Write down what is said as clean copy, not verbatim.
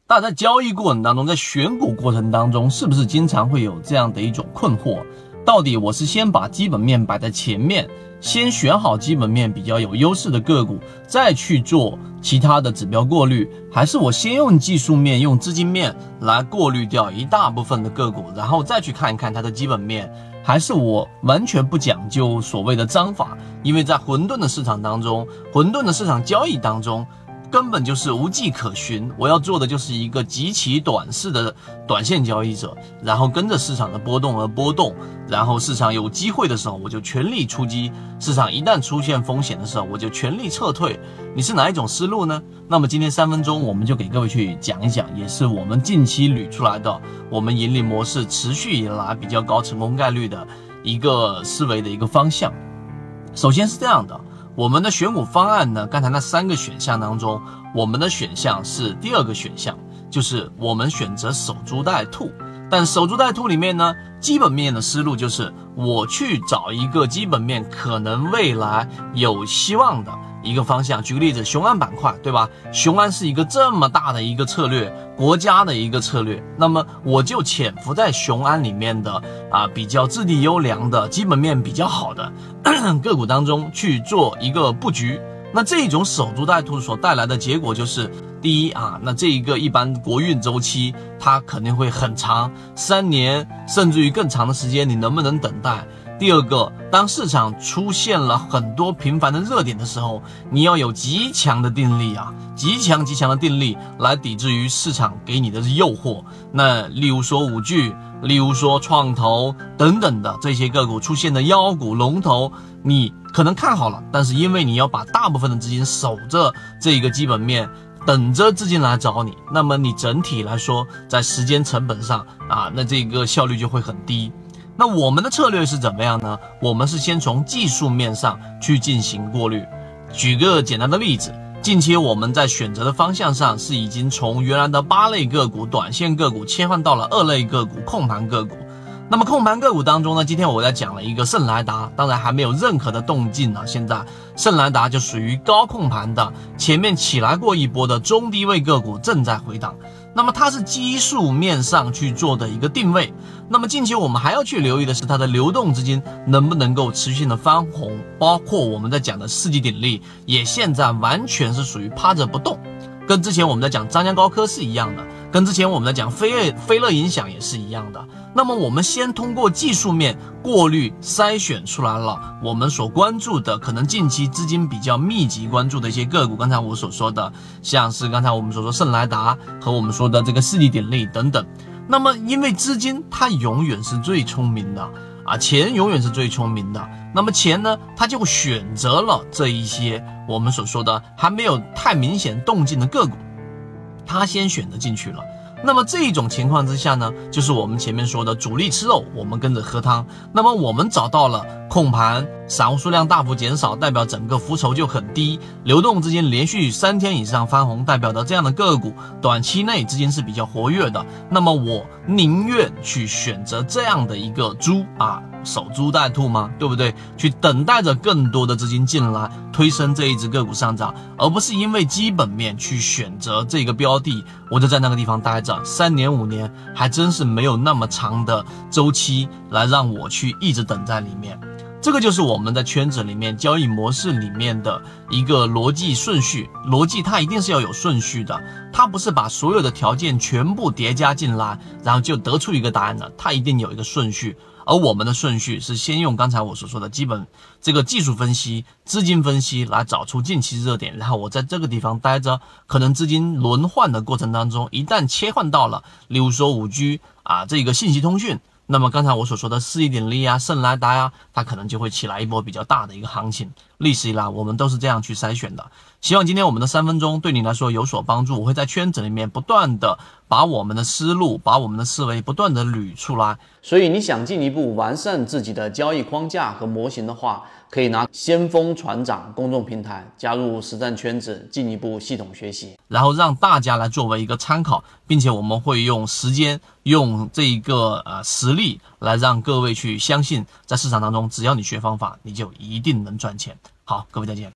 大家在交易过程当中，在选股过程当中，是不是经常会有这样的一种困惑？到底我是先把基本面摆在前面，先选好基本面比较有优势的个股，再去做其他的指标过滤，还是我先用技术面、用资金面来过滤掉一大部分的个股，然后再去看一看它的基本面？还是我完全不讲究所谓的章法？因为在混沌的市场当中，混沌的市场交易当中，根本就是无迹可寻。我要做的就是一个极其短视的短线交易者，然后跟着市场的波动而波动，然后市场有机会的时候我就全力出击，市场一旦出现风险的时候我就全力撤退。你是哪一种思路呢？那么今天3分钟我们就给各位去讲一讲，也是我们近期捋出来的我们盈利模式持续以来比较高成功概率的一个思维的一个方向。首先是这样的，我们的选股方案呢，刚才那3个选项当中，我们的选项是第2个选项，就是我们选择守株待兔。但守株待兔里面呢，基本面的思路就是我去找一个基本面可能未来有希望的一个方向。举个例子，雄安板块，对吧？雄安是一个这么大的一个策略，国家的一个策略，那么我就潜伏在雄安里面的比较质地优良的基本面比较好的个股当中去做一个布局。那这种守株待兔所带来的结果就是，第一那这一个一般国运周期它肯定会很长，3年甚至于更长的时间，你能不能等待？第二个，当市场出现了很多频繁的热点的时候，你要有极强的定力极强的定力来抵制于市场给你的诱惑。那例如说5G，例如说创投等等的这些个股出现的妖股龙头，你可能看好了，但是因为你要把大部分的资金守着这个基本面，等着资金来找你，那么你整体来说在时间成本上那这个效率就会很低。那我们的策略是怎么样呢？我们是先从技术面上去进行过滤。举个简单的例子，近期我们在选择的方向上是已经从原来的8类个股短线个股切换到了2类个股控盘个股。那么控盘个股当中呢，今天我在讲了一个圣莱达，当然还没有任何的动静现在圣莱达就属于高控盘的，前面起来过一波的中低位个股正在回档。那么它是基数面上去做的一个定位。那么近期我们还要去留意的是它的流动资金能不能够持续性的翻红，包括我们在讲的世纪鼎立也现在完全是属于趴着不动，跟之前我们在讲张江高科是一样的，跟之前我们在讲飞乐影响也是一样的。那么我们先通过技术面过滤筛选出来了我们所关注的可能近期资金比较密集关注的一些个股，刚才我所说的像是刚才我们所说圣莱达和我们说的这个世纪鼎立等等。那么因为资金它永远是最聪明的钱永远是最聪明的，那么钱呢，它就选择了这一些我们所说的还没有太明显动静的个股，它先选择进去了。那么这种情况之下呢，就是我们前面说的主力吃肉，我们跟着喝汤。那么我们找到了控盘散户数量大幅减少，代表整个浮筹就很低，流动资金连续3天以上翻红，代表的这样的个股短期内资金是比较活跃的。那么我宁愿去选择这样的一个猪守株待兔嘛，对不对？去等待着更多的资金进来推升这一只个股上涨，而不是因为基本面去选择这个标的，我就在那个地方待着3年5年，还真是没有那么长的周期来让我去一直等在里面。这个就是我们在圈子里面交易模式里面的一个逻辑顺序，逻辑它一定是要有顺序的，它不是把所有的条件全部叠加进来然后就得出一个答案的，它一定有一个顺序。而我们的顺序是先用刚才我所说的基本这个技术分析、资金分析来找出近期热点，然后我在这个地方待着，可能资金轮换的过程当中，一旦切换到了例如说5G这个信息通讯，那么刚才我所说的世纪鼎立圣莱达它可能就会起来一波比较大的一个行情。历史以来我们都是这样去筛选的。希望今天我们的3分钟对你来说有所帮助，我会在圈子里面不断的把我们的思路，把我们的思维不断的捋出来。 所以你想进一步完善自己的交易框架和模型的话，可以拿先锋船长公众平台加入实战圈子，进一步系统学习， 然后让大家来作为一个参考，并且我们会用时间，用这一个实力来让各位去相信，在市场当中只要你学方法，你就一定能赚钱。好，各位再见。